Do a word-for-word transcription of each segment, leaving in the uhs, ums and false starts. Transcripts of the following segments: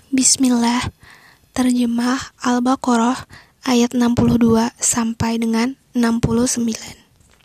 Bismillah. Terjemah Al-Baqarah ayat enam puluh dua sampai dengan enam puluh sembilan.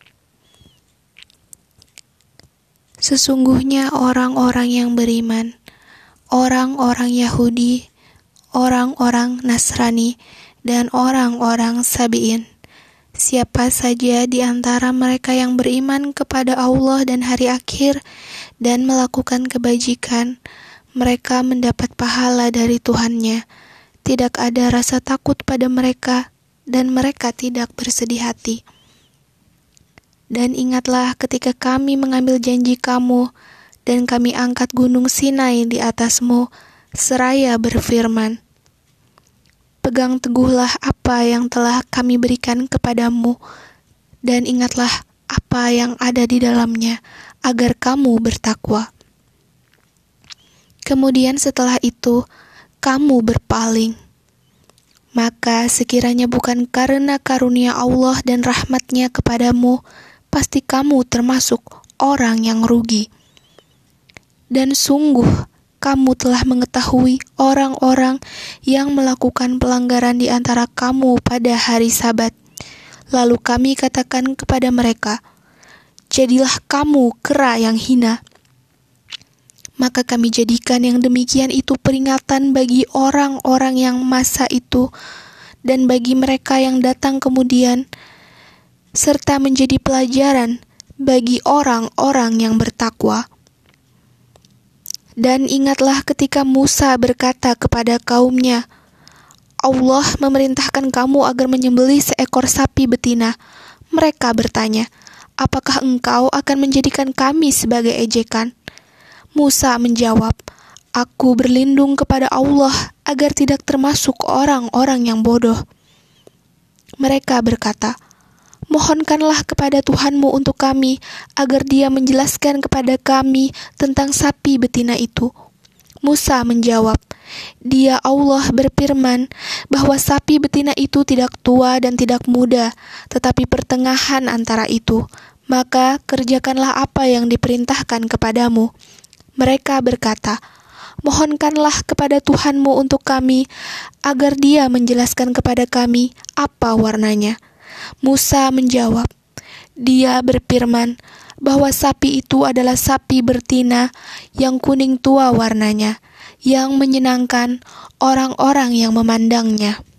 Sesungguhnya orang-orang yang beriman, orang-orang Yahudi, orang-orang Nasrani, dan orang-orang Sabi'in, siapa saja di antara mereka yang beriman kepada Allah dan hari akhir dan melakukan kebajikan, mereka mendapat pahala dari Tuhannya. Tidak ada rasa takut pada mereka, dan mereka tidak bersedih hati. Dan ingatlah ketika kami mengambil janji kamu, dan kami angkat gunung Sinai di atasmu, seraya berfirman, pegang teguhlah apa yang telah kami berikan kepadamu, dan ingatlah apa yang ada di dalamnya, agar kamu bertakwa. Kemudian setelah itu, kamu berpaling. Maka sekiranya bukan karena karunia Allah dan rahmat-Nya kepadamu, pasti kamu termasuk orang yang rugi. Dan sungguh, kamu telah mengetahui orang-orang yang melakukan pelanggaran di antara kamu pada hari Sabat. Lalu kami katakan kepada mereka, jadilah kamu kera yang hina. Maka kami jadikan yang demikian itu peringatan bagi orang-orang yang masa itu dan bagi mereka yang datang kemudian, serta menjadi pelajaran bagi orang-orang yang bertakwa. Dan ingatlah ketika Musa berkata kepada kaumnya, Allah memerintahkan kamu agar menyembelih seekor sapi betina. Mereka bertanya, apakah engkau akan menjadikan kami sebagai ejekan? Musa menjawab, aku berlindung kepada Allah agar tidak termasuk orang-orang yang bodoh. Mereka berkata, mohonkanlah kepada Tuhanmu untuk kami, agar Dia menjelaskan kepada kami tentang sapi betina itu. Musa menjawab, Dia Allah berfirman bahwa sapi betina itu tidak tua dan tidak muda, tetapi pertengahan antara itu. Maka kerjakanlah apa yang diperintahkan kepadamu. Mereka berkata, mohonkanlah kepada Tuhanmu untuk kami, agar Dia menjelaskan kepada kami apa warnanya. Musa menjawab, Dia berfirman bahwa sapi itu adalah sapi betina yang kuning tua warnanya, yang menyenangkan orang-orang yang memandangnya.